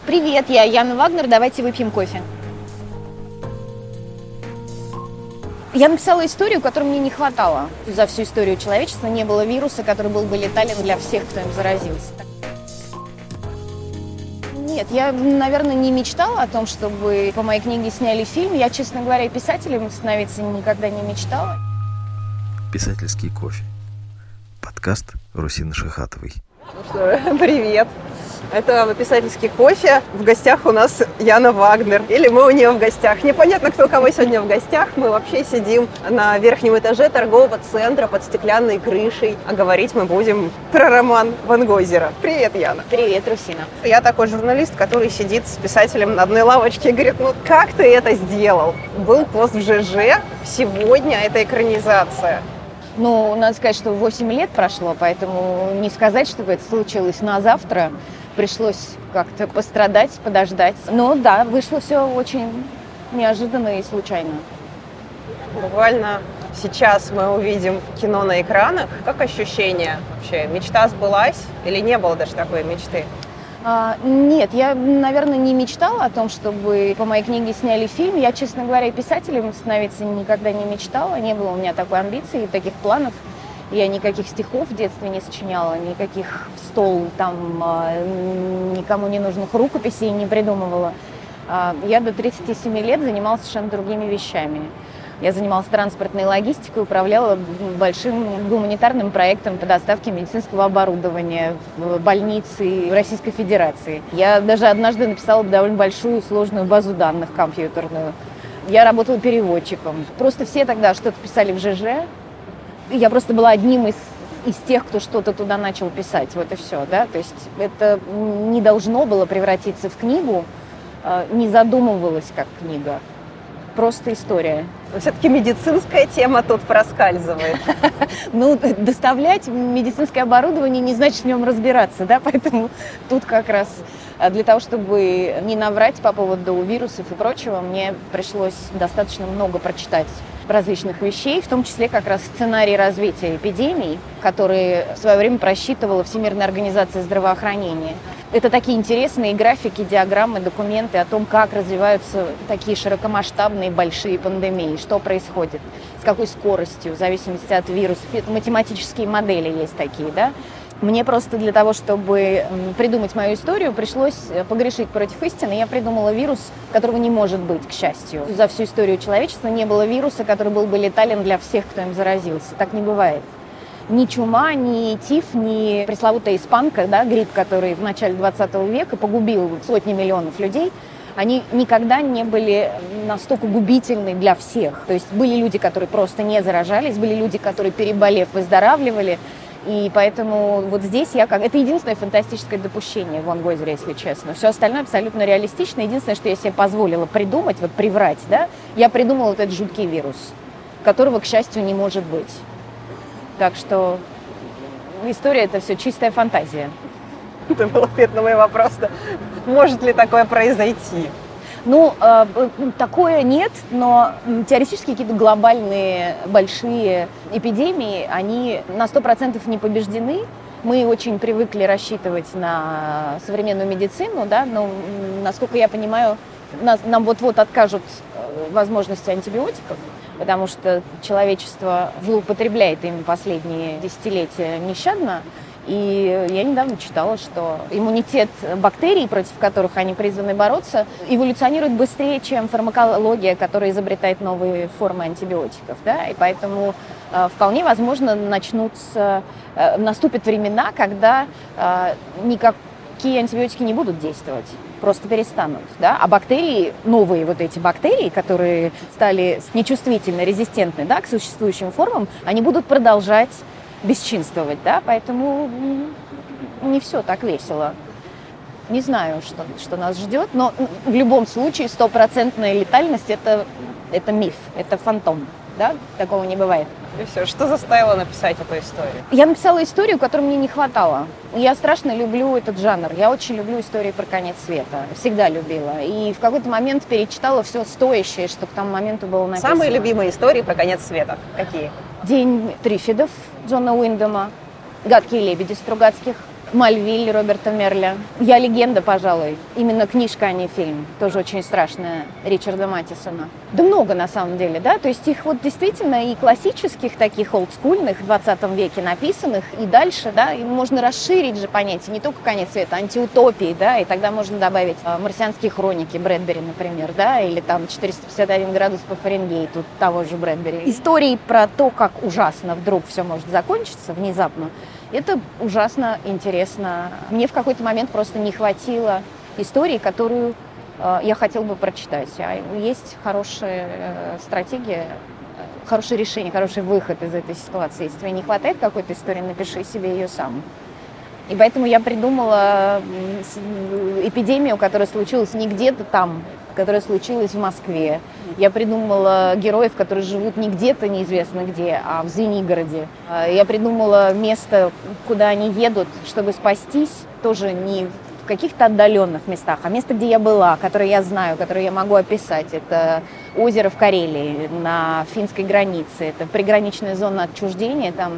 Привет, я Яна Вагнер, давайте выпьем кофе. Я написала историю, которой мне не хватало. За всю историю человечества не было вируса, который был бы летален для всех, кто им заразился. Нет, я, наверное, не мечтала о том, чтобы по моей книге сняли фильм. Я, честно говоря, писателем становиться никогда не мечтала. Писательский кофе. Подкаст Русины Шихатовой. Ну что, привет. Это «Писательский кофе». В гостях у нас Яна Вагнер. Или мы у нее в гостях. Непонятно, кто у кого сегодня в гостях. Мы вообще сидим на верхнем этаже торгового центра под стеклянной крышей. А говорить мы будем про роман Ван Гойзера. Привет, Яна. Привет, Русина. Я такой журналист, который сидит с писателем на одной лавочке и говорит, ну как ты это сделал? Был пост в ЖЖ, сегодня это экранизация. Ну, надо сказать, что 8 лет прошло, поэтому не сказать, чтобы это случилось на завтра. Пришлось как-то пострадать, подождать. Но да, вышло все очень неожиданно и случайно. Буквально сейчас мы увидим кино на экранах. Как ощущение вообще? Мечта сбылась или не было даже такой мечты? Нет, я, наверное, не мечтала о том, чтобы по моей книге сняли фильм. Я, честно говоря, писателем становиться никогда не мечтала. Не было у меня такой амбиции, таких планов. Я никаких стихов в детстве не сочиняла, никаких в стол там никому не нужных рукописей не придумывала. Я до 37 лет занималась совершенно другими вещами. Я занималась транспортной логистикой, управляла большим гуманитарным проектом по доставке медицинского оборудования в больницы Российской Федерации. Я даже однажды написала довольно большую сложную базу данных компьютерную. Я работала переводчиком. Просто все тогда что-то писали в ЖЖ. Я просто была одним из тех, кто что-то туда начал писать. Вот и все, да. То есть это не должно было превратиться в книгу, не задумывалось как книга. Просто история. Но все-таки медицинская тема тут проскальзывает. Ну, доставлять медицинское оборудование не значит в нем разбираться, да, поэтому тут как раз для того, чтобы не наврать по поводу вирусов и прочего, мне пришлось достаточно много прочитать различных вещей, в том числе как раз сценарий развития эпидемий, которые в свое время просчитывала Всемирная организация здравоохранения. Это такие интересные графики, диаграммы, документы о том, как развиваются такие широкомасштабные большие пандемии, что происходит, с какой скоростью, в зависимости от вирусов. Это математические модели есть такие, да. Мне просто для того, чтобы придумать мою историю, пришлось погрешить против истины. Я придумала вирус, которого не может быть, к счастью. За всю историю человечества не было вируса, который был бы летален для всех, кто им заразился. Так не бывает. Ни чума, ни тиф, ни пресловутая испанка, да, грипп, который в начале 20 века погубил сотни миллионов людей, они никогда не были настолько губительны для всех. То есть были люди, которые просто не заражались, были люди, которые, переболев, выздоравливали. И поэтому вот здесь это единственное фантастическое допущение в Ван Гойзере, если честно. Все остальное абсолютно реалистично. Единственное, что я себе позволила придумать, вот приврать, да, я придумала вот этот жуткий вирус, которого, к счастью, не может быть. Так что история — это все чистая фантазия. Это был ответ на мой вопрос. Может ли такое произойти? Ну, такое нет, но теоретически какие-то глобальные большие эпидемии, они на 100% не побеждены. Мы очень привыкли рассчитывать на современную медицину, да, но, насколько я понимаю, нам вот-вот откажут возможности антибиотиков, потому что человечество злоупотребляет ими последние десятилетия нещадно. И я недавно читала, что иммунитет бактерий, против которых они призваны бороться, эволюционирует быстрее, чем фармакология, которая изобретает новые формы антибиотиков. Да? И поэтому вполне возможно наступят времена, когда никакие антибиотики не будут действовать, просто перестанут. Да? А бактерии, новые вот эти бактерии, которые стали нечувствительно резистентны, да, к существующим формам, они будут продолжать бесчинствовать, да, поэтому не все так весело. Не знаю, что нас ждет, но в любом случае 100% летальность это миф, это фантом, да, такого не бывает. И все, что заставило написать эту историю? Я написала историю, которой мне не хватало. Я страшно люблю этот жанр, я очень люблю истории про конец света, всегда любила. И в какой-то момент перечитала все стоящее, что к тому моменту было написано. Самые любимые истории про конец света какие? «День Триффидов» Джона Уиндема, «Гадкие лебеди» Стругацких, Мальвиль Роберта Мерля. «Я легенда», пожалуй. Именно книжка, а не фильм. Тоже очень страшная, Ричарда Маттисона. Да много на самом деле, да. То есть их вот действительно и классических, таких олдскульных, в 20 веке написанных, и дальше, да, и можно расширить же понятие, не только конец света, антиутопии, да, и тогда можно добавить «Марсианские хроники» Брэдбери, например, да, или там «451 градус по Фаренгейту» того же Брэдбери. Истории про то, как ужасно вдруг все может закончиться внезапно, это ужасно интересно. Мне в какой-то момент просто не хватило истории, которую я хотела бы прочитать. А есть хорошая стратегия, хорошее решение, хороший выход из этой ситуации. Если тебе не хватает какой-то истории, напиши себе ее сам. И поэтому я придумала эпидемию, которая случилась не где-то там, которая случилась в Москве. Я придумала героев, которые живут не где-то неизвестно где, а в Звенигороде. Я придумала место, куда они едут, чтобы спастись, тоже не в каких-то отдаленных местах, а место, где я была, которое я знаю, которое я могу описать. Это озеро в Карелии, на финской границе. Это приграничная зона отчуждения, там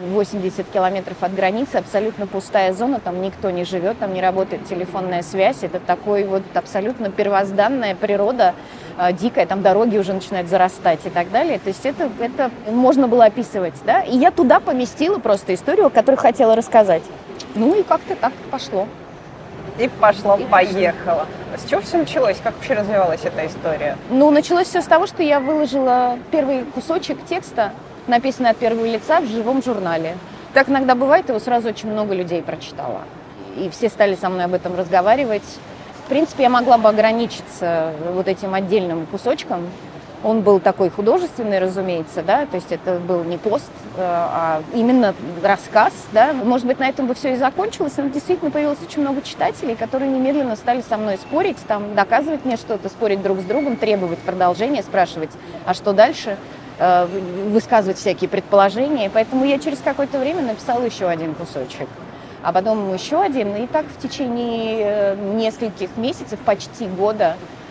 80 километров от границы, абсолютно пустая зона, там никто не живет, там не работает телефонная связь, это такой вот абсолютно первозданная природа, дикая, там дороги уже начинают зарастать и так далее, то есть это можно было описывать, да, и я туда поместила просто историю, которую хотела рассказать, ну и как-то так пошло. И пошло-поехало. С чего все началось? Как вообще развивалась эта история? Ну, началось все с того, что я выложила первый кусочек текста, написанный от первого лица, в живом журнале. Так иногда бывает, его сразу очень много людей прочитало. И все стали со мной об этом разговаривать. В принципе, я могла бы ограничиться вот этим отдельным кусочком. Он был такой художественный, разумеется, да, то есть это был не пост, а именно рассказ, да. Может быть, на этом бы все и закончилось, но действительно появилось очень много читателей, которые немедленно стали со мной спорить, там, доказывать мне что-то, спорить друг с другом, требовать продолжения, спрашивать, а что дальше, высказывать всякие предположения. Поэтому я через какое-то время написала еще один кусочек, а потом еще один, и так в течение нескольких месяцев, почти года,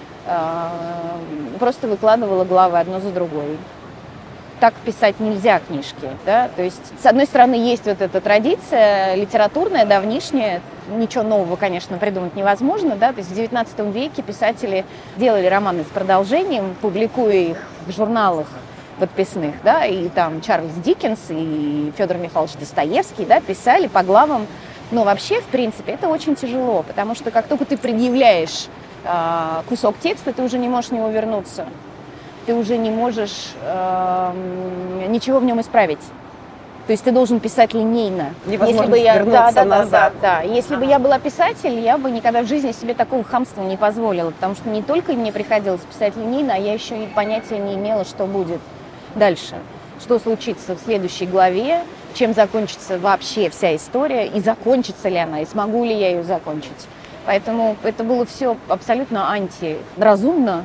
просто выкладывала главы одну за другой. Так писать нельзя книжки, да, то есть, с одной стороны, есть вот эта традиция литературная, давнишняя, ничего нового, конечно, придумать невозможно, да, то есть в XIX веке писатели делали романы с продолжением, публикуя их в журналах подписных, да, и там Чарльз Диккенс и Федор Михайлович Достоевский, да, писали по главам, но вообще, в принципе, это очень тяжело, потому что как только ты предъявляешь кусок текста, ты уже не можешь в него вернуться. Ты уже не можешь ничего в нем исправить. То есть ты должен писать линейно. Невозможно вернуться назад. Да. Если бы я была писатель, я бы никогда в жизни себе такого хамства не позволила, потому что не только мне приходилось писать линейно, а я еще и понятия не имела, что будет дальше. Что случится в следующей главе, чем закончится вообще вся история, и закончится ли она, и смогу ли я ее закончить. Поэтому это было все абсолютно антиразумно.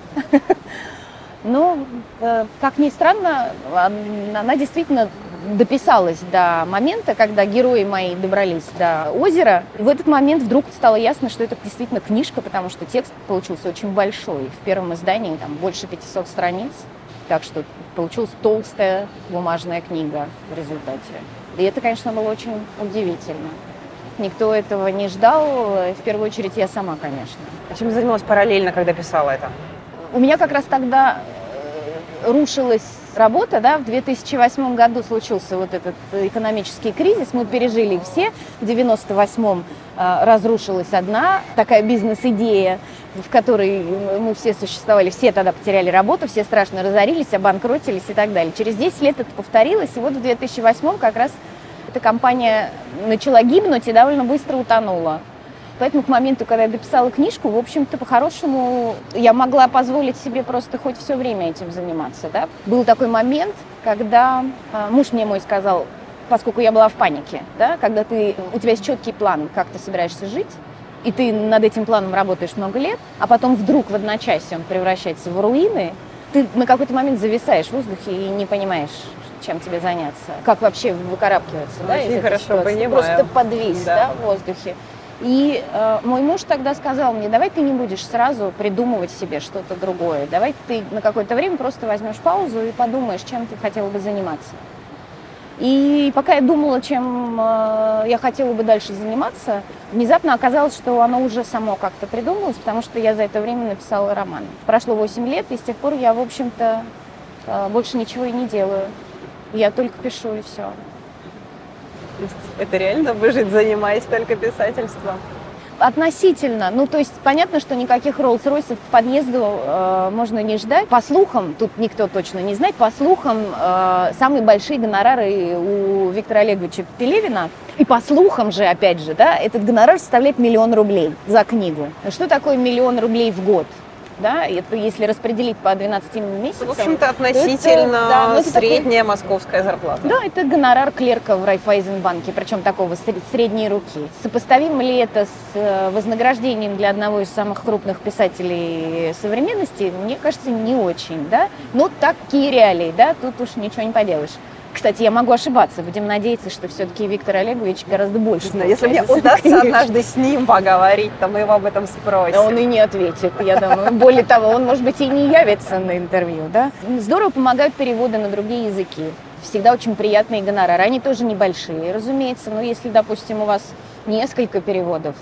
Но, как ни странно, она действительно дописалась до момента, когда герои мои добрались до озера. И в этот момент вдруг стало ясно, что это действительно книжка, потому что текст получился очень большой. В первом издании там больше 500 страниц, так что получилась толстая бумажная книга в результате. И это, конечно, было очень удивительно. Никто этого не ждал, в первую очередь я сама, конечно. А чем занималась параллельно, когда писала это? У меня как раз тогда рушилась работа, да, в 2008 году случился вот этот экономический кризис, мы пережили все, в 98-м разрушилась одна такая бизнес-идея, в которой мы все существовали, все тогда потеряли работу, все страшно разорились, обанкротились и так далее. Через 10 лет это повторилось, и вот в 2008 как раз эта компания начала гибнуть и довольно быстро утонула. Поэтому к моменту, когда я дописала книжку, в общем-то, по-хорошему, я могла позволить себе просто хоть все время этим заниматься. Да? Был такой момент, когда муж мне мой сказал, поскольку я была в панике, да, когда у тебя есть четкий план, как ты собираешься жить, и ты над этим планом работаешь много лет, а потом вдруг в одночасье он превращается в руины, ты на какой-то момент зависаешь в воздухе и не понимаешь, чем тебе заняться, как вообще выкарабкиваться, да, из этой ситуации. Ты просто подвис, да, в воздухе. И мой муж тогда сказал мне, давай ты не будешь сразу придумывать себе что-то другое, давай ты на какое-то время просто возьмешь паузу и подумаешь, чем ты хотела бы заниматься. И пока я думала, чем я хотела бы дальше заниматься, внезапно оказалось, что оно уже само как-то придумалось, потому что я за это время написала роман. Прошло 8 лет, и с тех пор я, в общем-то, больше ничего и не делаю. Я только пишу, и все. Это реально выжить, занимаясь только писательством? Относительно. Ну, то есть, понятно, что никаких Роллс-Ройсов к подъезду можно не ждать. По слухам, тут никто точно не знает, по слухам, самые большие гонорары у Виктора Олеговича Пелевина. И по слухам же, опять же, да, этот гонорар составляет 1 000 000 рублей за книгу. Что такое 1 000 000 рублей в год? Да, это если распределить по 12 месяцам. В общем-то, относительно средняя московская зарплата. Да, это гонорар клерка в Райффайзенбанке, причем такого средней руки. Сопоставимо ли это с вознаграждением для одного из самых крупных писателей современности? Мне кажется, не очень, да. Но такие реалии, да, тут уж ничего не поделаешь. Кстати, я могу ошибаться. Будем надеяться, что все-таки Виктор Олегович гораздо больше. Если мне удастся однажды с ним поговорить, то мы его об этом спросим. Он и не ответит, я думаю. Более того, он, может быть, и не явится на интервью, да? Здорово помогают переводы на другие языки. Всегда очень приятные гонорары. Они тоже небольшие, разумеется. Но если, допустим, у вас несколько переводов,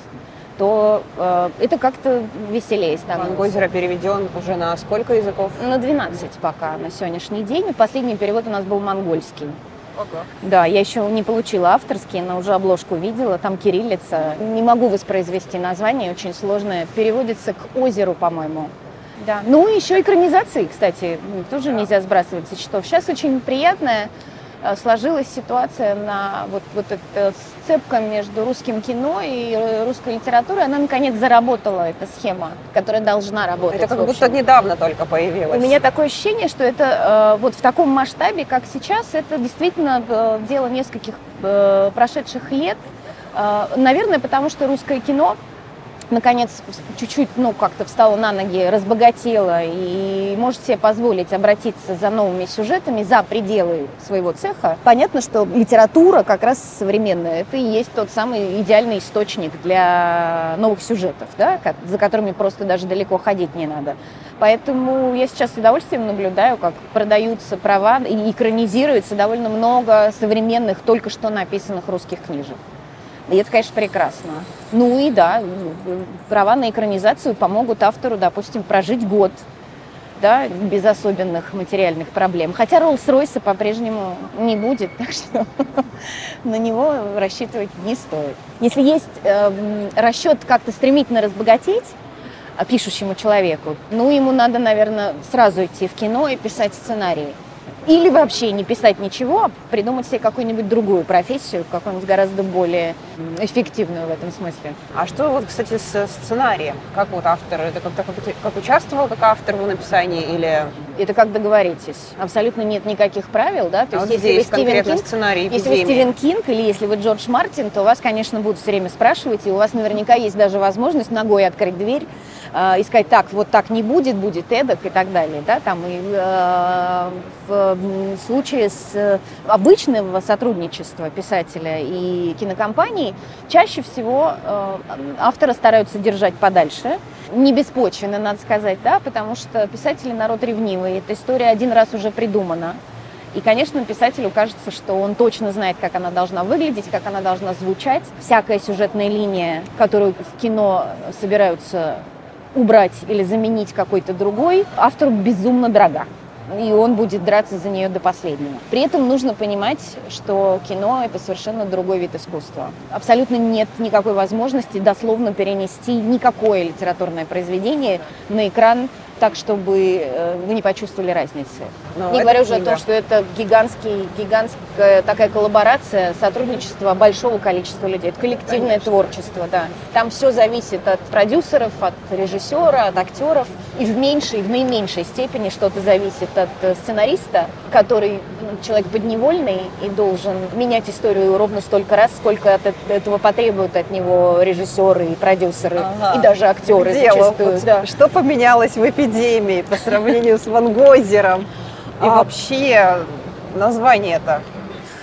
то это как-то веселее становится. Мангозеро переведен уже на сколько языков? На 12 пока на сегодняшний день. Последний перевод у нас был монгольский. Ого. Да, я еще не получила авторский, но уже обложку видела. Там кириллица. Не могу воспроизвести название, очень сложное. Переводится к озеру, по-моему. Да. Ну, еще экранизации, кстати, тоже нельзя сбрасывать со счетов. Сейчас очень приятная сложилась ситуация на вот эта сцепка между русским кино и русской литературой. Она, наконец, заработала, эта схема, которая должна работать. Это как будто недавно только появилось. У меня такое ощущение, что это вот в таком масштабе, как сейчас, это действительно дело нескольких прошедших лет. Наверное, потому что русское кино наконец, чуть-чуть, как-то встала на ноги, разбогатела и может себе позволить обратиться за новыми сюжетами за пределы своего цеха. Понятно, что литература как раз современная, это и есть тот самый идеальный источник для новых сюжетов, да, за которыми просто даже далеко ходить не надо. Поэтому я сейчас с удовольствием наблюдаю, как продаются права и экранизируется довольно много современных, только что написанных русских книжек. И это, конечно, прекрасно. Ну и да, права на экранизацию помогут автору, допустим, прожить год, да, без особенных материальных проблем. Хотя Роллс-Ройса по-прежнему не будет, так что на него рассчитывать не стоит. Если есть расчет как-то стремительно разбогатеть пишущему человеку, ему надо, наверное, сразу идти в кино и писать сценарии. Или вообще не писать ничего, а придумать себе какую-нибудь другую профессию, какую-нибудь гораздо более эффективную в этом смысле. А что вот, кстати, с сценарием? Как вот автор? Это как участвовал как автор в написании или... Это как договоритесь. Абсолютно нет никаких правил, да? То есть, если вы Стивен Кинг, сценарий «Эпидемия». Если вы Стивен Кинг или если вы Джордж Мартин, то вас, конечно, будут все время спрашивать, и у вас наверняка есть даже возможность ногой открыть дверь и сказать, так, вот так не будет, будет эдак и так далее, да? Там и в случае с обычного сотрудничества писателя и кинокомпании чаще всего автора стараются держать подальше. Не беспочвенно, надо сказать, да, потому что писатели народ ревнивый. Эта история один раз уже придумана. И, конечно, писателю кажется, что он точно знает, как она должна выглядеть, как она должна звучать. Всякая сюжетная линия, которую в кино собираются убрать или заменить какой-то другой, автору безумно дорога. И он будет драться за нее до последнего. При этом нужно понимать, что кино – это совершенно другой вид искусства. Абсолютно нет никакой возможности дословно перенести никакое литературное произведение на экран так, чтобы вы не почувствовали разницы. Не говоря уже о том, что это гигантская такая коллаборация, сотрудничество большого количества людей. Это коллективное творчество, да. Там все зависит от продюсеров, от режиссера, от актеров. И в наименьшей степени что-то зависит от сценариста, который человек подневольный и должен менять историю ровно столько раз, сколько от этого потребуют от него режиссеры и продюсеры, и даже актеры зачастую. Да. Что поменялось в «Эпидемии» по сравнению с «Мангозером»? И вообще название-то?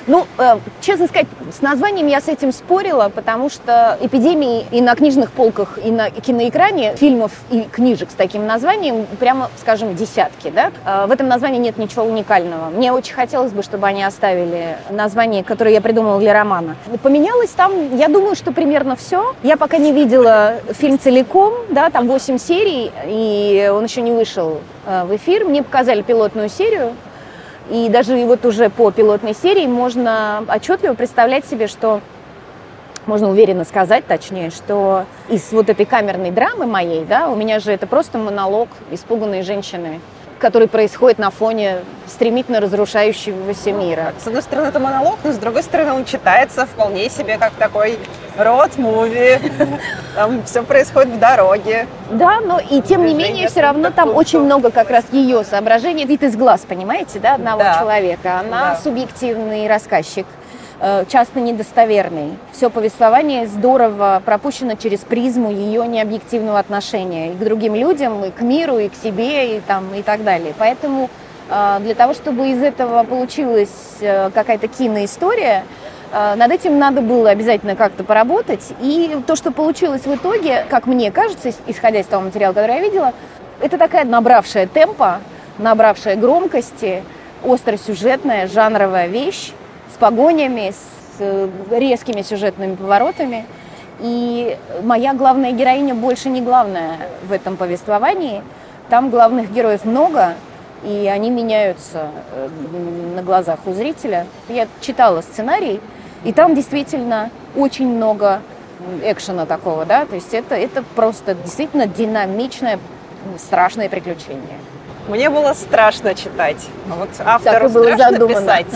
Ну, честно сказать, с названием я с этим спорила, потому что эпидемии и на книжных полках, и на киноэкране фильмов и книжек с таким названием, прямо, скажем, десятки, да? В этом названии нет ничего уникального. Мне очень хотелось бы, чтобы они оставили название, которое я придумала для романа. Поменялось там, я думаю, что примерно все. Я пока не видела фильм целиком, да, там 8 серий, и он еще не вышел в эфир. Мне показали пилотную серию. И даже вот уже по пилотной серии можно отчетливо представлять себе, что, можно уверенно сказать, точнее, что из вот этой камерной драмы моей, да, у меня же это просто монолог испуганной женщины, который происходит на фоне стремительно разрушающегося мира. С одной стороны, это монолог, но с другой стороны, он читается вполне себе как такой роуд-муви. Там все происходит в дороге. Да, но и тем не менее, все равно там очень много как раз ее соображений. Вид из глаз, понимаете, да, одного человека. Она субъективный рассказчик, часто недостоверный. Все повествование здорово пропущено через призму ее необъективного отношения и к другим людям, и к миру, и к себе, и так далее. Поэтому для того, чтобы из этого получилась какая-то киноистория, над этим надо было обязательно как-то поработать. И то, что получилось в итоге, как мне кажется, исходя из того материала, который я видела, это такая набравшая темпа, набравшая громкости, остросюжетная, жанровая вещь с погонями, с резкими сюжетными поворотами. И моя главная героиня больше не главная в этом повествовании. Там главных героев много, и они меняются на глазах у зрителя. Я читала сценарий, и там действительно очень много экшена такого, да, то есть это просто действительно динамичное, страшное приключение. Мне было страшно читать. Вот автору было страшно задумано. писать.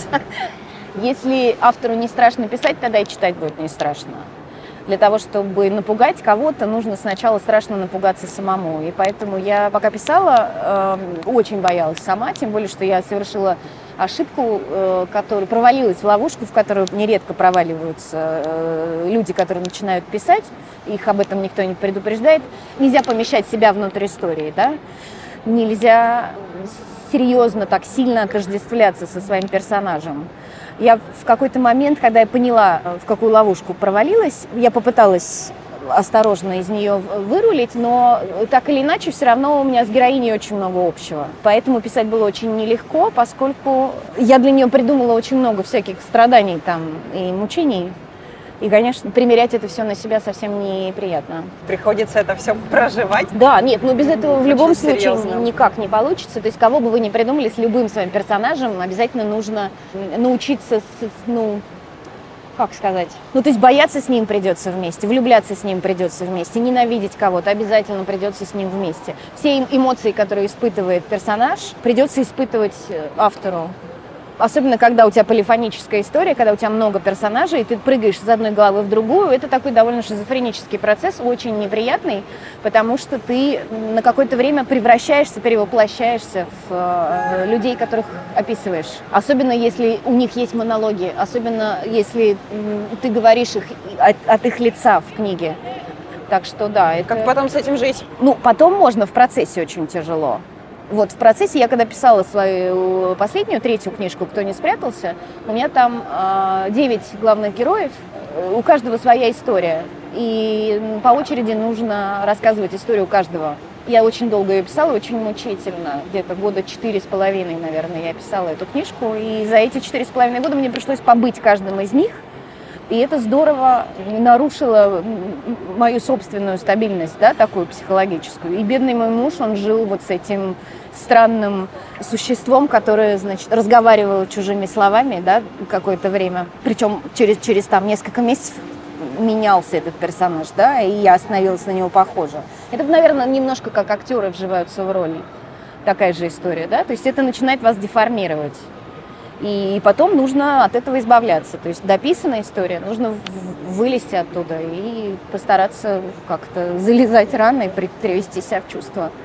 Если автору не страшно писать, тогда и читать будет не страшно. Для того, чтобы напугать кого-то, нужно сначала страшно напугаться самому. И поэтому я, пока писала, очень боялась сама, тем более, что я совершила ошибку, которая провалилась в ловушку, в которую нередко проваливаются люди, которые начинают писать, их об этом никто не предупреждает. Нельзя помещать себя внутрь истории, да? Нельзя серьезно так сильно отождествляться со своим персонажем. Я в какой-то момент, когда я поняла, в какую ловушку провалилась, я попыталась осторожно из нее вырулить, но так или иначе все равно у меня с героиней очень много общего. Поэтому писать было очень нелегко, поскольку я для нее придумала очень много всяких страданий там и мучений. И, конечно, примерять это все на себя совсем неприятно. Приходится это все проживать. Да, нет, но без этого в любом случае серьезно. никак не получится. То есть кого бы вы ни придумали, с любым своим персонажем обязательно нужно научиться, как сказать? Ну, то есть бояться с ним придется вместе, влюбляться с ним придется вместе, ненавидеть кого-то обязательно придется с ним вместе. Все эмоции, которые испытывает персонаж, придется испытывать автору. Особенно, когда у тебя полифоническая история, когда у тебя много персонажей, и ты прыгаешь из одной головы в другую, это такой довольно шизофренический процесс, очень неприятный, потому что ты на какое-то время превращаешься, перевоплощаешься в людей, которых описываешь. Особенно, если у них есть монологи, особенно, если ты говоришь их от их лица в книге. Так что да, это... Как потом с этим жить? Ну, потом можно, в процессе очень тяжело. Вот в процессе я, когда писала свою последнюю, третью книжку «Кто не спрятался», у меня там 9 главных героев, у каждого своя история. И по очереди нужно рассказывать историю каждого. Я очень долго ее писала, очень мучительно. Где-то года 4,5, наверное, я писала эту книжку. И за эти 4,5 года мне пришлось побыть каждым из них. И это здорово нарушило мою собственную стабильность, да, такую психологическую. И бедный мой муж, он жил вот с этим странным существом, которое, значит, разговаривало чужими словами, да, какое-то время. Причем через там несколько месяцев менялся этот персонаж, да, и я становилась на него похожа. Это, наверное, немножко как актеры вживаются в роли. Такая же история, да, то есть это начинает вас деформировать. И потом нужно от этого избавляться. То есть дописанная история, нужно вылезти оттуда и постараться как-то залезать рано и привести себя в чувство.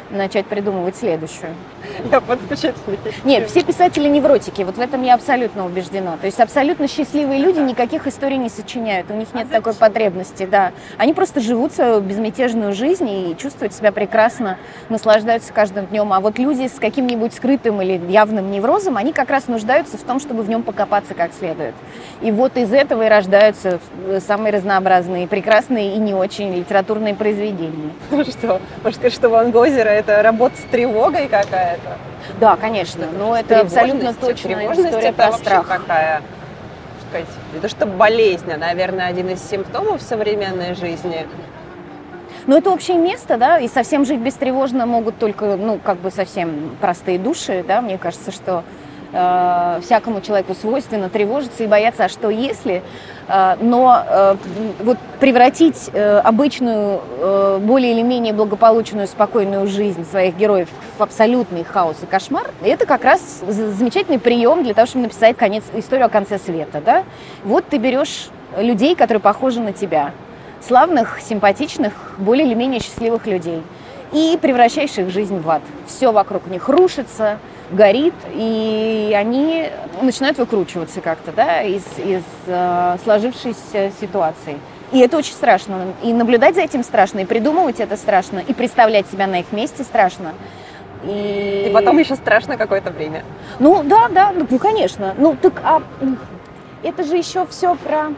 начать придумывать следующую. Я под впечатлением. Нет, все писатели невротики, вот в этом я абсолютно убеждена. То есть абсолютно счастливые люди никаких историй не сочиняют, у них нет такой потребности, да. Они просто живут свою безмятежную жизнь и чувствуют себя прекрасно, наслаждаются каждым днем. А вот люди с каким-нибудь скрытым или явным неврозом, они как раз нуждаются в том, чтобы в нем покопаться как следует. И вот из этого и рождаются самые разнообразные, прекрасные и не очень литературные произведения. Ну что, можно сказать, что Ван Гозера — это работа с тревогой какая-то? Да, конечно, но это абсолютно точно история это про вообще страх. какая, сказать, это что болезнь, наверное, один из симптомов современной жизни. Но это общее место, да, и совсем жить бестревожно могут только, ну, как бы совсем простые души, да, мне кажется, что всякому человеку свойственно тревожиться и бояться, а что если, но вот превратить обычную, более или менее благополучную, спокойную жизнь своих героев в абсолютный хаос и кошмар, это как раз замечательный прием для того, чтобы написать историю о конце света, да. Вот ты берешь людей, которые похожи на тебя, славных, симпатичных, более или менее счастливых людей, и превращаешь их жизнь в ад. Все вокруг них рушится, горит, и они начинают выкручиваться как-то, да, из сложившейся ситуации. И это очень страшно. И наблюдать за этим страшно, и придумывать это страшно, и представлять себя на их месте страшно. И потом еще страшно какое-то время. Ну да, ну конечно. Ну так, это же еще все про...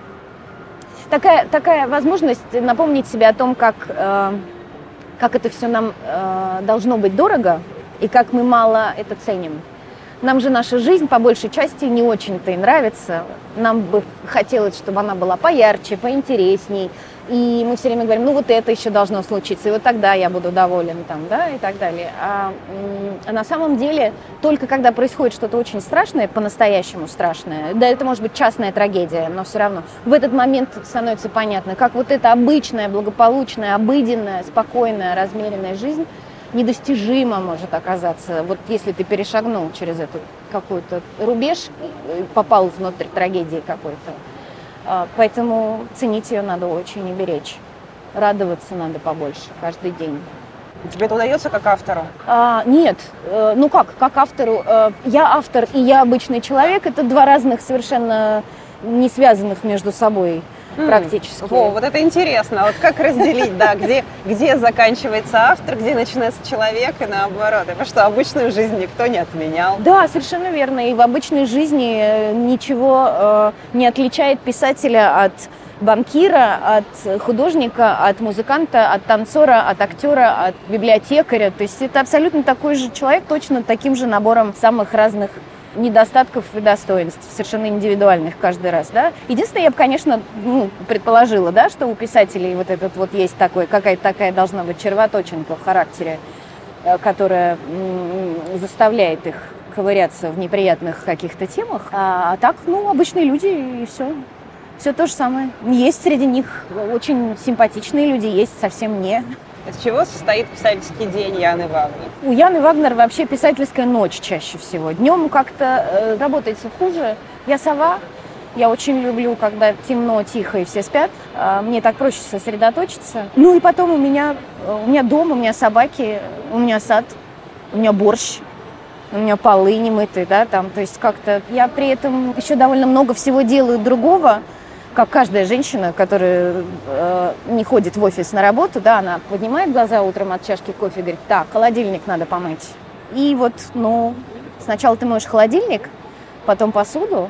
Такая возможность напомнить себе о том, как это все нам должно быть дорого, и как мы мало это ценим. Нам же наша жизнь по большей части не очень-то и нравится. Нам бы хотелось, чтобы она была поярче, поинтересней. И мы все время говорим, ну вот это еще должно случиться, и вот тогда я буду доволен, там, да, и так далее. А на самом деле, только когда происходит что-то очень страшное, по-настоящему страшное, да, это может быть частная трагедия, но все равно, в этот момент становится понятно, как вот эта обычная, благополучная, обыденная, спокойная, размеренная жизнь недостижимо может оказаться, вот если ты перешагнул через этот какой-то рубеж, попал внутрь трагедии какой-то. Поэтому ценить ее надо очень и беречь. Радоваться надо побольше каждый день. Тебе это удается как автору? Нет, ну как автору? Я автор и я обычный человек. Это два разных совершенно не связанных между собой практически. Вот это интересно. Вот как разделить, да, где заканчивается автор, где начинается человек и наоборот. Потому что обычную жизнь никто не отменял. Да, совершенно верно. И в обычной жизни ничего не отличает писателя от банкира, от художника, от музыканта, от танцора, от актера, от библиотекаря. То есть это абсолютно такой же человек, точно таким же набором самых разных недостатков и достоинств, совершенно индивидуальных каждый раз, да. Единственное, я бы, конечно, предположила, да, что у писателей вот этот вот есть такой, какая-то такая должна быть червоточинка в характере, которая заставляет их ковыряться в неприятных каких-то темах. А так, обычные люди, и все. Все то же самое. Есть среди них очень симпатичные люди, есть совсем не. Из чего состоит писательский день Яны Вагнер? У Яны Вагнер вообще писательская ночь чаще всего. Днем как-то работается хуже. Я сова. Я очень люблю, когда темно, тихо и все спят. Мне так проще сосредоточиться. Ну и потом у меня дом, у меня собаки, у меня сад, у меня борщ, у меня полы немытые, да, там. То есть как-то я при этом еще довольно много всего делаю другого. Как каждая женщина, которая не ходит в офис на работу, да, она поднимает глаза утром от чашки кофе и говорит, так, холодильник надо помыть. И вот, сначала ты моешь холодильник, потом посуду,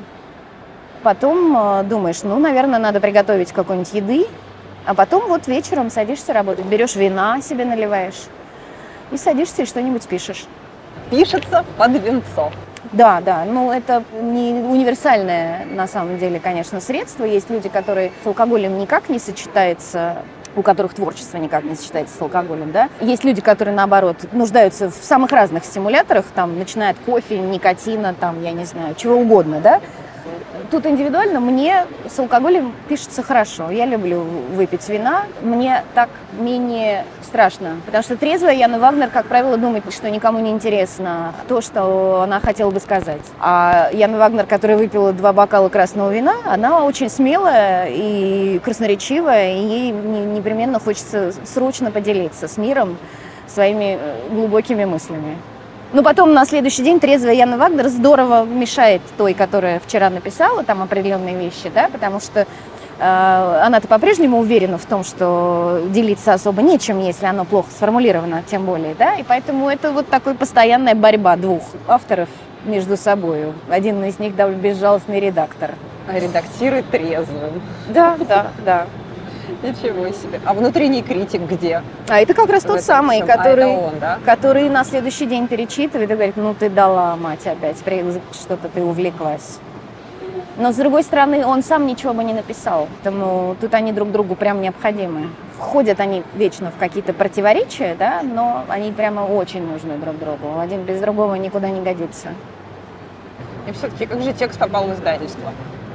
потом думаешь, наверное, надо приготовить какой-нибудь еды, а потом вот вечером садишься работать, берешь вина себе наливаешь и садишься и что-нибудь пишешь. Пишется под венцом. Да, это не универсальное, на самом деле, конечно, средство. Есть люди, которые с алкоголем никак не сочетаются, у которых творчество никак не сочетается с алкоголем, да. Есть люди, которые, наоборот, нуждаются в самых разных стимуляторах, там, начиная от кофе, никотина, там, я не знаю, чего угодно, да. Тут индивидуально мне с алкоголем пишется хорошо. Я люблю выпить вина. Мне так менее страшно. Потому что трезвая Яна Вагнер, как правило, думает, что никому не интересно то, что она хотела бы сказать. А Яна Вагнер, которая выпила 2 бокала красного вина, она очень смелая и красноречивая, и ей непременно хочется срочно поделиться с миром своими глубокими мыслями. Но потом на следующий день трезвая Яна Вагнер здорово мешает той, которая вчера написала там определенные вещи, да, потому что она-то по-прежнему уверена в том, что делиться особо нечем, если оно плохо сформулировано, тем более, да, и поэтому это вот такая постоянная борьба двух авторов между собой. Один из них довольно безжалостный редактор. Редактирует трезвым. Да, да, да. Ничего себе. А внутренний критик где? А это как раз тот самый, всем? который, это он, да? который на следующий день перечитывает и говорит, ну ты дала, мать, опять, что-то ты увлеклась. Но, с другой стороны, он сам ничего бы не написал, поэтому тут они друг другу прям необходимы. Входят они вечно в какие-то противоречия, да, но они прямо очень нужны друг другу. Один без другого никуда не годится. И все-таки как же текст попал в издательство?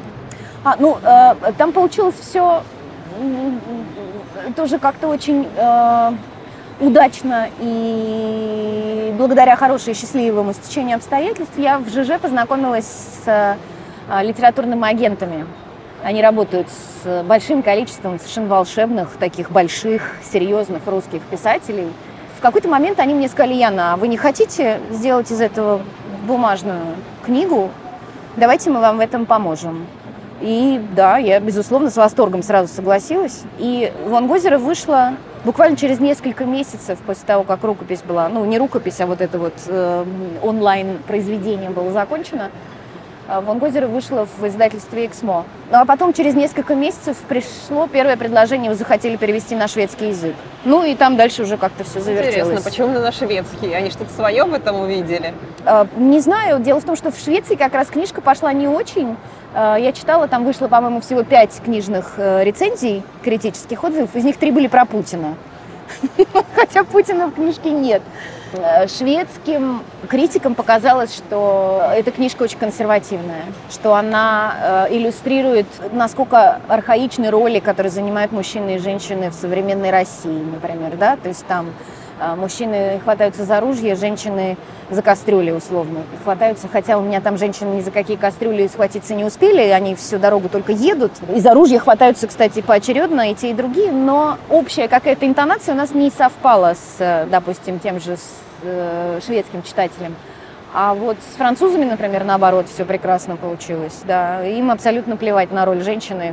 Там получилось все тоже как-то очень удачно, и благодаря хорошему и счастливому стечению обстоятельств я в ЖЖ познакомилась с литературными агентами. Они работают с большим количеством совершенно волшебных, таких больших, серьезных русских писателей. В какой-то момент они мне сказали: Яна, а вы не хотите сделать из этого бумажную книгу? Давайте мы вам в этом поможем. И да, я, безусловно, с восторгом сразу согласилась. И «Вон Гозера» вышла буквально через несколько месяцев после того, как рукопись была, ну, не рукопись, а вот это вот онлайн-произведение было закончено. «Вон Гозера» вышла в издательстве «Эксмо». Ну, а потом через несколько месяцев пришло первое предложение, вы захотели перевести на шведский язык. Ну, и там дальше уже как-то все завертелось. Интересно, почему именно на шведский? Они что-то свое в этом увидели? Не знаю. Дело в том, что в Швеции как раз книжка пошла не очень. Я читала, там вышло, по-моему, всего 5 книжных рецензий, критических отзывов. Из них 3 были про Путина. Хотя Путина в книжке нет. Шведским критикам показалось, что эта книжка очень консервативная, что она иллюстрирует, насколько архаичны роли, которые занимают мужчины и женщины в современной России, например, да, то есть там мужчины хватаются за ружья, женщины за кастрюли, условно, хватаются, хотя у меня там женщины ни за какие кастрюли схватиться не успели, они всю дорогу только едут. И за ружья хватаются, кстати, поочередно и те, и другие, но общая какая-то интонация у нас не совпала с, допустим, тем же шведским читателем. А вот с французами, например, наоборот, все прекрасно получилось. Да. Им абсолютно плевать на роль женщины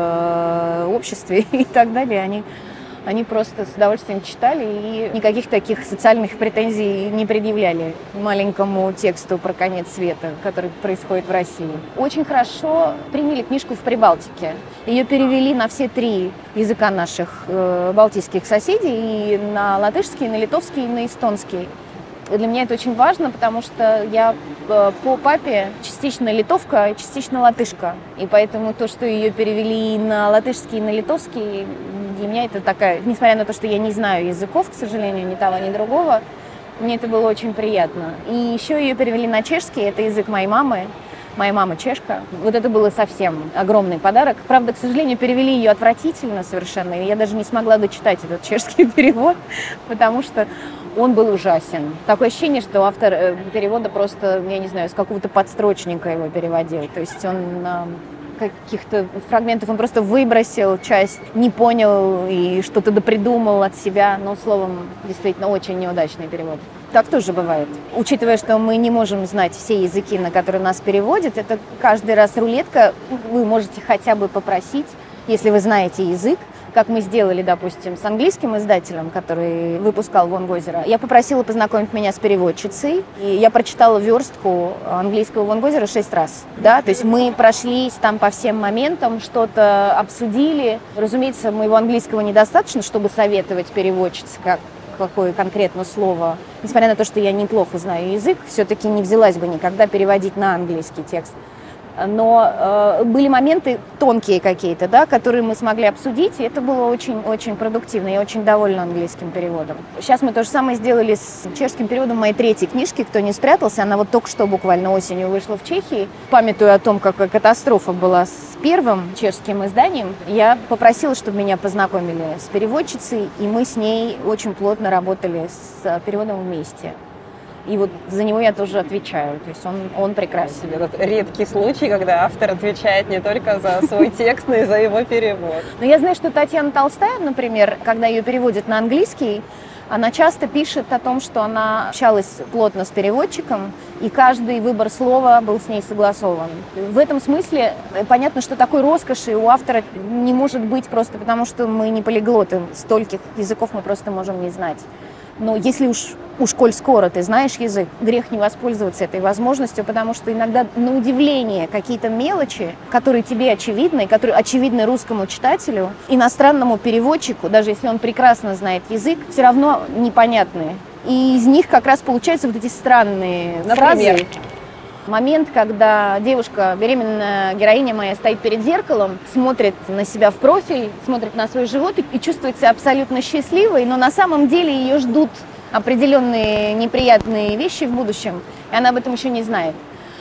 в обществе и так далее. Они просто с удовольствием читали и никаких таких социальных претензий не предъявляли маленькому тексту про конец света, который происходит в России. Очень хорошо приняли книжку в Прибалтике. Ее перевели на все 3 языка наших балтийских соседей, и на латышский, и на литовский, и на эстонский. Для меня это очень важно, потому что я по папе частично литовка и частично латышка. И поэтому то, что ее перевели и на латышский, и на литовский, для меня это такая, несмотря на то, что я не знаю языков, к сожалению, ни того, ни другого, мне это было очень приятно. И еще ее перевели на чешский, это язык моей мамы. Моя мама чешка. Вот это было совсем огромный подарок. Правда, к сожалению, перевели ее отвратительно совершенно. И я даже не смогла дочитать этот чешский перевод, потому что он был ужасен. Такое ощущение, что автор перевода просто, я не знаю, с какого-то подстрочника его переводил. То есть он каких-то фрагментов он просто выбросил часть, не понял и что-то допридумал от себя. Но, словом, действительно, очень неудачный перевод. Так тоже бывает. Учитывая, что мы не можем знать все языки, на которые нас переводят, это каждый раз рулетка. Вы можете хотя бы попросить, если вы знаете язык, как мы сделали, допустим, с английским издателем, который выпускал «Вон Гозера». Я попросила познакомить меня с переводчицей, и я прочитала верстку английского «Вон Гозера» 6 раз. Да? То есть мы прошлись там по всем моментам, что-то обсудили. Разумеется, моего английского недостаточно, чтобы советовать переводчице, какое конкретно слово. Несмотря на то, что я неплохо знаю язык, все-таки не взялась бы никогда переводить на английский текст. Но были моменты тонкие какие-то, да, которые мы смогли обсудить, и это было очень-очень продуктивно. Я очень довольна английским переводом. Сейчас мы то же самое сделали с чешским переводом моей 3-й книжки «Кто не спрятался». Она вот только что буквально осенью вышла в Чехии. Памятуя о том, какая катастрофа была с первым чешским изданием, я попросила, чтобы меня познакомили с переводчицей, и мы с ней очень плотно работали с переводом вместе. И вот за него я тоже отвечаю, то есть он прекрасен. Это редкий случай, когда автор отвечает не только за свой текст, но и за его перевод. Но я знаю, что Татьяна Толстая, например, когда ее переводят на английский, Она часто пишет о том, что она общалась плотно с переводчиком, и каждый выбор слова был с ней согласован. В этом смысле понятно, что такой роскоши у автора не может быть просто потому, что мы не полиглоты. Стольких языков мы просто можем не знать. Но если уж коль скоро ты знаешь язык, грех не воспользоваться этой возможностью, потому что иногда на удивление какие-то мелочи, которые тебе очевидны, которые очевидны русскому читателю, иностранному переводчику, даже если он прекрасно знает язык, все равно непонятные. И из них как раз получаются вот эти странные фразы. Момент, когда девушка, беременная героиня моя, стоит перед зеркалом, смотрит на себя в профиль, смотрит на свой живот и чувствует себя абсолютно счастливой, но на самом деле ее ждут определенные неприятные вещи в будущем, и она об этом еще не знает.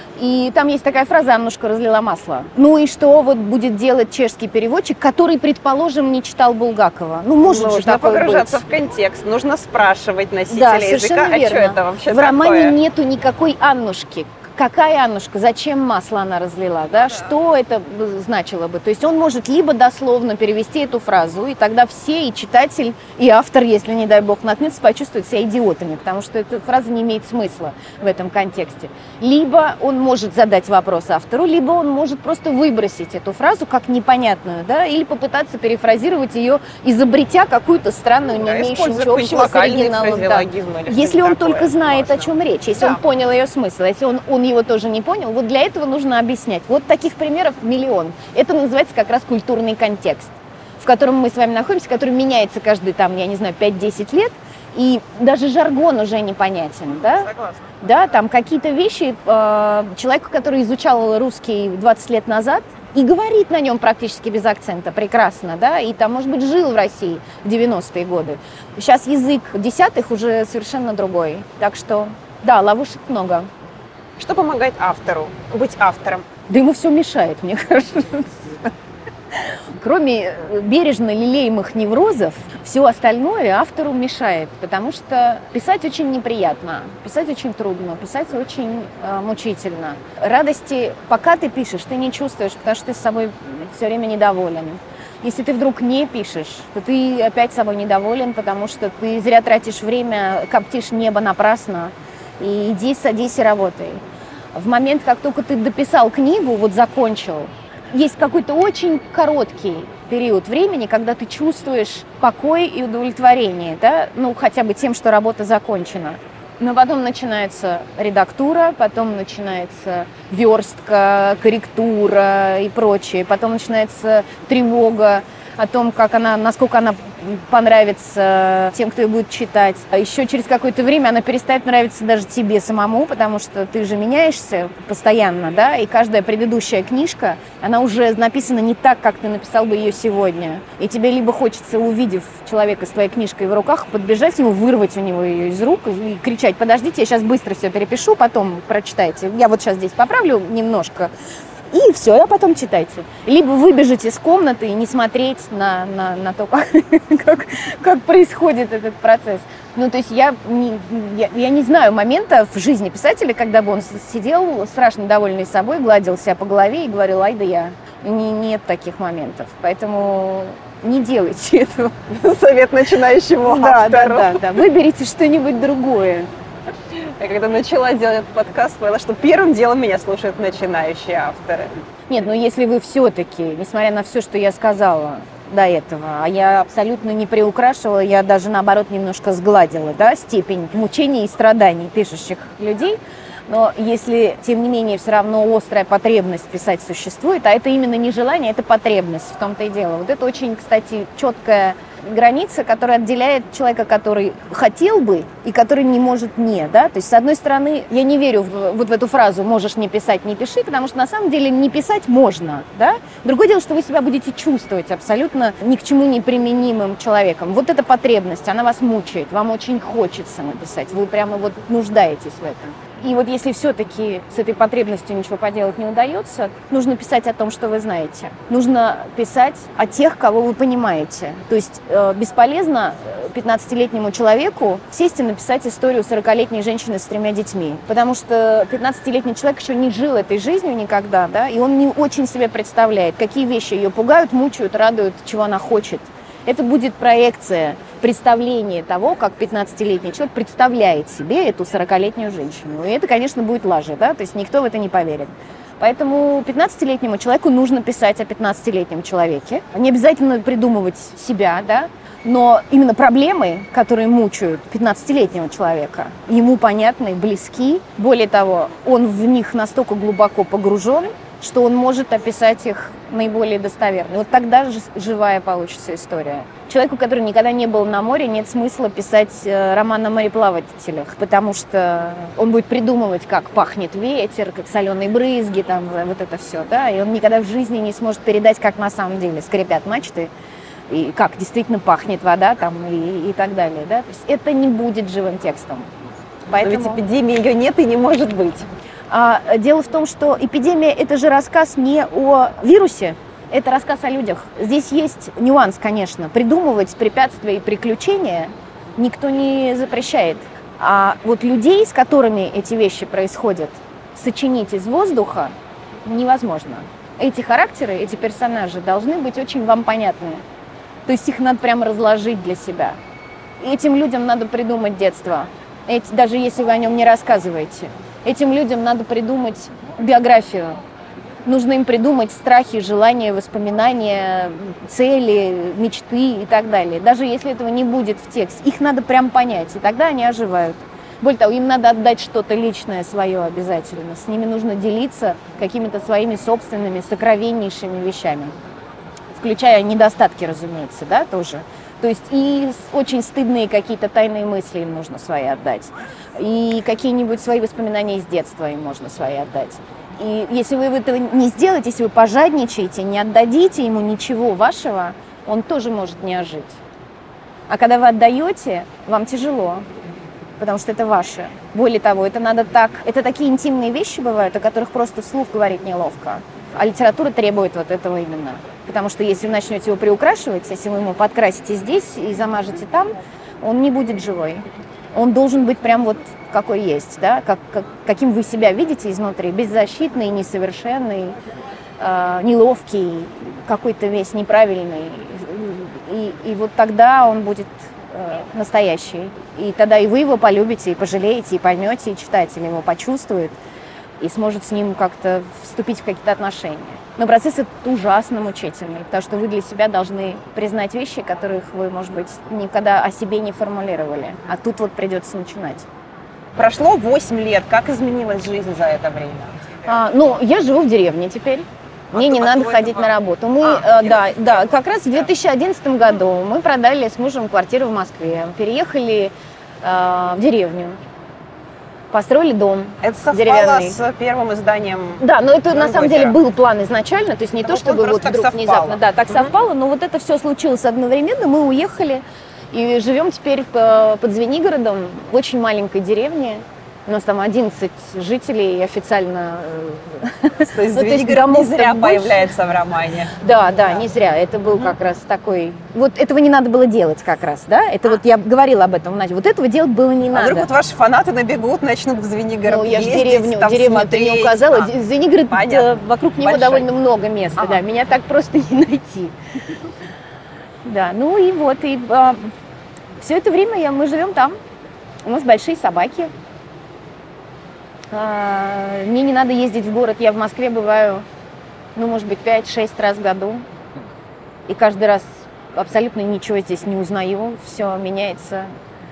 И там есть такая фраза «Аннушка разлила масло». Ну и что вот будет делать чешский переводчик, который, предположим, не читал Булгакова? Ну, может же такое быть. Нужно погружаться в контекст, нужно спрашивать носителя языка, верно. А что это вообще в такое? романе нету никакой Аннушки. Какая Аннушка? Зачем масло она разлила? Да? Что это значило бы? То есть он может либо дословно перевести эту фразу, и тогда все, и читатель, и автор, если, не дай бог, наткнется, почувствуют себя идиотами, потому что эта фраза не имеет смысла в этом контексте. Либо он может задать вопрос автору, либо он может просто выбросить эту фразу как непонятную, да? Или попытаться перефразировать ее, изобретя какую-то странную, не имеющую ничего общего с оригиналом. Да. Если он только знает, о чем речь, если он понял ее смысл, если он его тоже не понял, вот для этого нужно объяснять. Вот таких примеров миллион. Это называется как раз культурный контекст, в котором мы с вами находимся, который меняется каждый, там, я не знаю, 5-10 лет, и даже жаргон уже непонятен, да? Согласна. Да, там какие-то вещи, человеку, который изучал русский 20 лет назад, и говорит на нем практически без акцента прекрасно, да, и там, может быть, жил в России в 90-е годы. Сейчас язык десятых уже совершенно другой. Так что, да, ловушек много. Что помогает автору быть автором? Да ему все мешает, мне кажется. Кроме бережно лелеемых неврозов, все остальное автору мешает, потому что писать очень неприятно, писать очень трудно, писать очень мучительно. Радости, пока ты пишешь, ты не чувствуешь, потому что ты с собой все время недоволен. Если ты вдруг не пишешь, то ты опять собой недоволен, потому что ты зря тратишь время, коптишь небо напрасно. И иди, садись и работай. В момент, как только ты дописал книгу, вот закончил, есть какой-то очень короткий период времени, когда ты чувствуешь покой и удовлетворение, да? Ну, хотя бы тем, что работа закончена. Но потом начинается редактура, потом начинается верстка, корректура и прочее. Потом начинается тревога о том, как она, насколько она понравится тем, кто ее будет читать. А еще через какое-то время она перестает нравиться даже тебе самому, потому что ты же меняешься постоянно, да, и каждая предыдущая книжка, она уже написана не так, как ты написал бы ее сегодня. И тебе либо хочется, увидев человека с твоей книжкой в руках, подбежать ему, вырвать у него ее из рук и кричать: подождите, я сейчас быстро все перепишу, потом прочитайте. Я вот сейчас здесь поправлю немножко. И все, а потом читайте. Либо выбежать из комнаты и не смотреть на то, как происходит этот процесс. Ну, то есть я не знаю момента в жизни писателя, когда бы он сидел страшно довольный собой, гладил себя по голове и говорил: ай да я. Нет таких моментов. Поэтому не делайте этого. Совет начинающему автору. Да. Выберите что-нибудь другое. Я когда начала делать этот подкаст, поняла, что первым делом меня слушают начинающие авторы. Нет, но если вы все-таки, несмотря на все, что я сказала до этого, а я абсолютно не приукрашивала, я даже наоборот немножко сгладила, да, степень мучений и страданий пишущих людей, но если, тем не менее, все равно острая потребность писать существует, а это именно не желание, это потребность, в том-то и дело. Вот это очень, кстати, четкая граница, которая отделяет человека, который хотел бы и который не может не, да, то есть с одной стороны я не верю вот в эту фразу «можешь не писать, не пиши», потому что на самом деле не писать можно, да, другое дело, что вы себя будете чувствовать абсолютно ни к чему не применимым человеком, вот эта потребность, она вас мучает, вам очень хочется написать, вы прямо вот нуждаетесь в этом. И вот если все-таки с этой потребностью ничего поделать не удается, нужно писать о том, что вы знаете. Нужно писать о тех, кого вы понимаете. То есть бесполезно 15-летнему человеку сесть и написать историю 40-летней женщины с 3 детьми. Потому что 15-летний человек еще не жил этой жизнью никогда, да, и он не очень себе представляет, какие вещи ее пугают, мучают, радуют, чего она хочет. Это будет проекция представление того, как 15-летний человек представляет себе эту 40-летнюю женщину. И это, конечно, будет лажа, да, то есть никто в это не поверит. Поэтому 15-летнему человеку нужно писать о 15-летнем человеке. Не обязательно придумывать себя, да, но именно проблемы, которые мучают 15-летнего человека, ему понятны, близки. Более того, он в них настолько глубоко погружен, что он может описать их наиболее достоверно. И вот тогда живая получится история. Человеку, который никогда не был на море, нет смысла писать роман о мореплавателях, потому что он будет придумывать, как пахнет ветер, как соленые брызги, там, вот это все, да, и он никогда в жизни не сможет передать, как на самом деле скрипят мачты, и как действительно пахнет вода там, и так далее. Да? То есть это не будет живым текстом. Поэтому... Но ведь эпидемии ее нет и не может быть. Дело в том, что эпидемия – это же рассказ не о вирусе, это рассказ о людях. Здесь есть нюанс, конечно. Придумывать препятствия и приключения никто не запрещает. А вот людей, с которыми эти вещи происходят, сочинить из воздуха невозможно. Эти характеры, эти персонажи должны быть очень вам понятны. То есть их надо прямо разложить для себя. Этим людям надо придумать детство, даже если вы о нем не рассказываете. Этим людям надо придумать биографию. Нужно им придумать страхи, желания, воспоминания, цели, мечты и так далее. Даже если этого не будет в тексте, их надо прям понять, и тогда они оживают. Более того, им надо отдать что-то личное свое обязательно. С ними нужно делиться какими-то своими собственными сокровеннейшими вещами. Включая недостатки, разумеется, да, тоже. То есть и очень стыдные какие-то тайные мысли им нужно свои отдать. И какие-нибудь свои воспоминания из детства им можно свои отдать. И если вы этого не сделаете, если вы пожадничаете, не отдадите ему ничего вашего, он тоже может не ожить. А когда вы отдаете, вам тяжело, потому что это ваше. Более того, это такие интимные вещи бывают, о которых просто вслух говорить неловко. А литература требует вот этого именно. Потому что если вы начнете его приукрашивать, если вы ему подкрасите здесь и замажете там, он не будет живой. Он должен быть прям вот какой есть, да? Каким вы себя видите изнутри, беззащитный, несовершенный, неловкий, какой-то весь неправильный. И вот тогда он будет настоящий. И тогда и вы его полюбите, и пожалеете, и поймете, и читатель его почувствует, и сможет с ним как-то вступить в какие-то отношения. Но процесс этот ужасно мучительный, потому что вы для себя должны признать вещи, которых вы, может быть, никогда о себе не формулировали. А тут вот придется начинать. Прошло 8 лет. Как изменилась жизнь за это время? Я живу в деревне теперь. Мне не надо ходить на работу. Как раз в 2011 году мы продали с мужем квартиру в Москве. Переехали в деревню. Построили дом это деревянный. Это совпало с первым изданием. Да, но это на самом деле был план изначально, то есть не то, чтобы вот вдруг внезапно, да, так совпало, но вот это все случилось одновременно, мы уехали и живем теперь под Звенигородом, в очень маленькой деревне. У нас там 11 жителей официально. То есть Звенигород не зря появляется в романе. Да, не зря. Это был как раз такой... Вот этого не надо было делать как раз, да? Это вот я говорила об этом. Вот этого делать было не надо. А вдруг вот ваши фанаты набегут, начнут в Звенигород ездить, я же деревню-то не указала. Звенигород, вокруг него довольно много места, да. Меня так просто не найти. Да, ну и вот. И все это время мы живем там. У нас большие собаки. Мне не надо ездить в город, я в Москве бываю, может быть, 5-6 раз в году. И каждый раз абсолютно ничего здесь не узнаю, все меняется.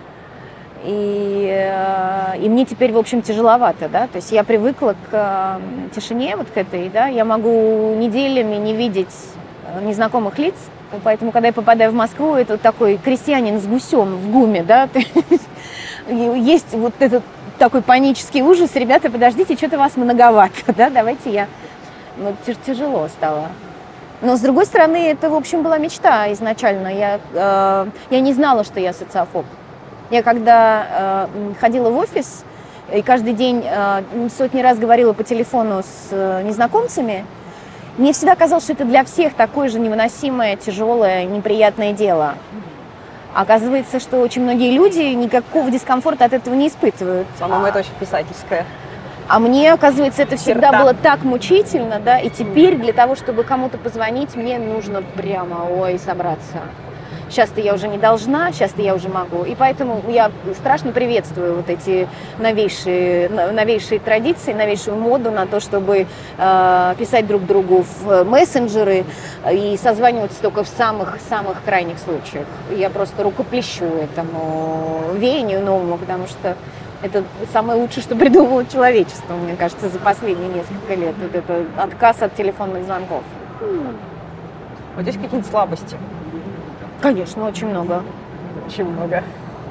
И мне теперь, в общем, тяжеловато, да, то есть я привыкла к тишине вот к этой, да, я могу неделями не видеть незнакомых лиц, поэтому, когда я попадаю в Москву, это вот такой крестьянин с гусем в ГУМе, да, есть вот этот такой панический ужас, ребята, подождите, что-то вас многовато, да, давайте тяжело стало. Но, с другой стороны, это, в общем, была мечта изначально. Я не знала, что я социофоб. Я когда ходила в офис и каждый день сотни раз говорила по телефону с незнакомцами, мне всегда казалось, что это для всех такое же невыносимое, тяжелое, неприятное дело. Оказывается, что очень многие люди никакого дискомфорта от этого не испытывают. По-моему, это очень писательское. А мне, оказывается, это всегда было так мучительно, да, и теперь для того, чтобы кому-то позвонить, мне нужно прямо, собраться. Сейчас-то я уже не должна, сейчас-то я уже могу. И поэтому я страшно приветствую вот эти новейшие традиции, новейшую моду на то, чтобы писать друг другу в мессенджеры и созваниваться только в самых-самых крайних случаях. Я просто рукоплещу этому веянию новому, потому что это самое лучшее, что придумало человечество, мне кажется, за последние несколько лет. Вот это отказ от телефонных звонков. Вот здесь какие-нибудь слабости? Конечно, очень много. Очень много.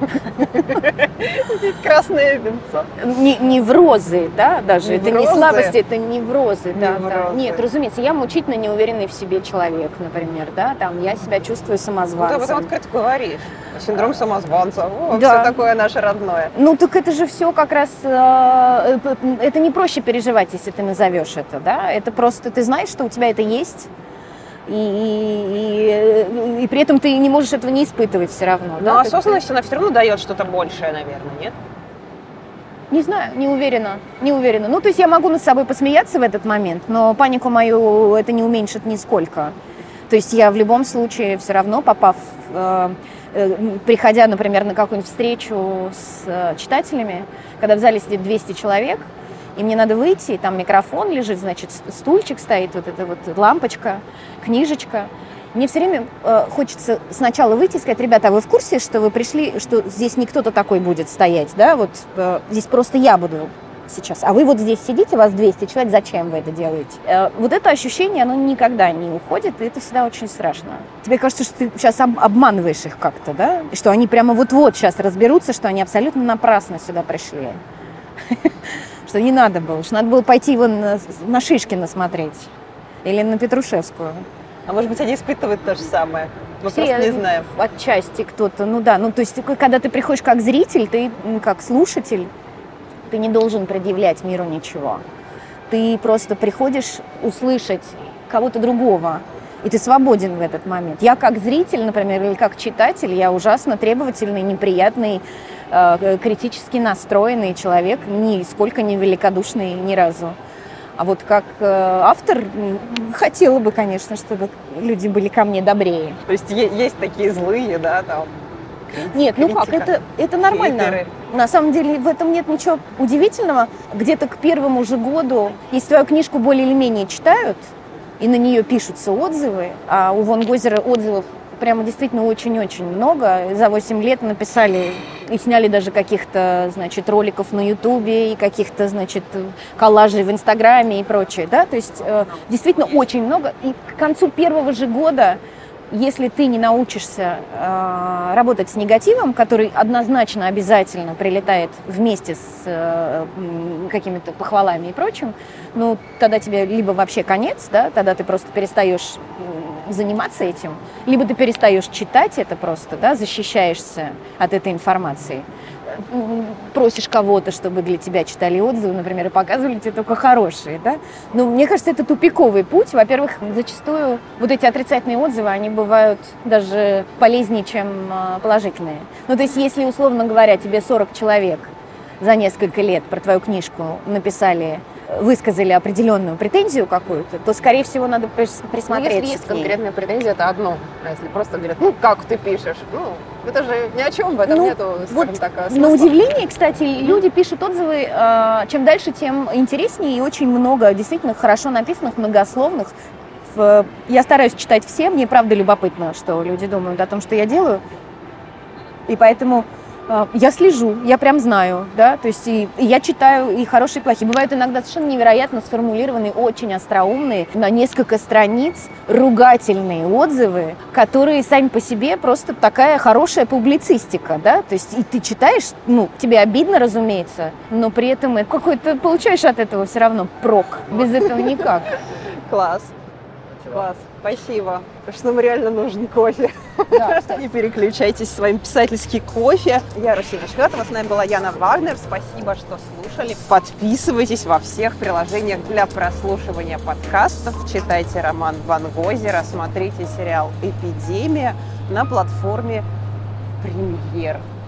Красное венцо. Неврозы, да, даже. Это не Неврозы? слабости, это неврозы. Да, да. Неврозы. Нет, разумеется, я мучительно неуверенный в себе человек, например, да, там я себя чувствую Ну, ты самозванцем. об этом открыто говоришь. Синдром самозванца. О, Да. все такое наше родное. Ну, так это же все как раз, это не проще переживать, если ты назовешь это, да, это просто ты знаешь, что у тебя это есть, и при этом ты не можешь этого не испытывать все равно. Но да? осознанность, она все равно дает что-то большее, наверное, нет? Не знаю, не уверена. Ну, то есть я могу над собой посмеяться в этот момент, но панику мою это не уменьшит нисколько. То есть я в любом случае все равно, приходя, например, на какую-нибудь встречу с читателями, когда в зале сидит 200 человек, и мне надо выйти, и там микрофон лежит, значит, стульчик стоит, вот эта вот лампочка, книжечка. Мне все время хочется сначала выйти и сказать: ребята, а вы в курсе, что вы пришли, что здесь не кто-то такой будет стоять, да, вот здесь просто я буду сейчас, а вы вот здесь сидите, вас 200 человек, зачем вы это делаете? Вот это ощущение, оно никогда не уходит, и это всегда очень страшно. Тебе кажется, что ты сейчас обманываешь их как-то, да, и что они прямо вот-вот сейчас разберутся, что они абсолютно напрасно сюда пришли. Что не надо было, что надо было пойти вон на Шишкина смотреть или на Петрушевскую. А может быть, они испытывают то же самое? Мы Все просто не знаем. отчасти кто-то, ну да, ну то есть когда ты приходишь как зритель, ты как слушатель, ты не должен предъявлять миру ничего. Ты просто приходишь услышать кого-то другого, и ты свободен в этот момент. Я как зритель, например, или как читатель, я ужасно требовательный, неприятный, критически настроенный человек, нисколько не великодушный ни разу. А вот как автор хотела бы, конечно, чтобы люди были ко мне добрее. То есть есть такие злые, да, там. Нет, ну как, это нормально. Хейтеры. На самом деле в этом нет ничего удивительного. Где-то к первому же году, если твою книжку более или менее читают, и на нее пишутся отзывы, а у Вон Гозера отзывов прямо действительно очень-очень много. За 8 лет написали и сняли даже каких-то, значит, роликов на Ютубе и каких-то, значит, коллажей в Инстаграме и прочее, да, то есть действительно очень много. И к концу первого же года, если ты не научишься работать с негативом, который однозначно обязательно прилетает вместе с какими-то похвалами и прочим, ну, тогда тебе либо вообще конец, да, тогда ты просто перестаешь заниматься этим, либо ты перестаешь читать это просто, да, защищаешься от этой информации, просишь кого-то, чтобы для тебя читали отзывы, например, и показывали тебе только хорошие, да. Но мне кажется, это тупиковый путь. Во-первых, зачастую вот эти отрицательные отзывы, они бывают даже полезнее, чем положительные. Ну, то есть, если, условно говоря, тебе 40 человек за несколько лет про твою книжку написали, высказали определенную претензию какую-то, то, скорее всего, надо присмотреться. Ну, если есть конкретная претензия, это одно. А если просто говорят: ну, как ты пишешь? Ну, это же ни о чем, в этом нету, скажем так, смысла. На удивление, кстати, люди пишут отзывы, чем дальше, тем интереснее, и очень много действительно хорошо написанных, многословных. Я стараюсь читать все, мне правда любопытно, что люди думают о том, что я делаю, и поэтому я слежу, я прям знаю, да, то есть и я читаю и хорошие, и плохие. Бывают иногда совершенно невероятно сформулированные, очень остроумные, на несколько страниц ругательные отзывы, которые сами по себе просто такая хорошая публицистика, да, то есть и ты читаешь, ну, тебе обидно, разумеется, но при этом какой-то получаешь от этого все равно прок, без этого никак. Класс. Класс. Спасибо. Потому что нам реально нужен кофе. Да, Не переключайтесь с вами писательский кофе. Я Русина Шихатова, с нами была Яна Вагнер. Спасибо, что слушали. Подписывайтесь во всех приложениях для прослушивания подкастов. Читайте роман Ван Гозера, смотрите сериал «Эпидемия» на платформе «Премьер».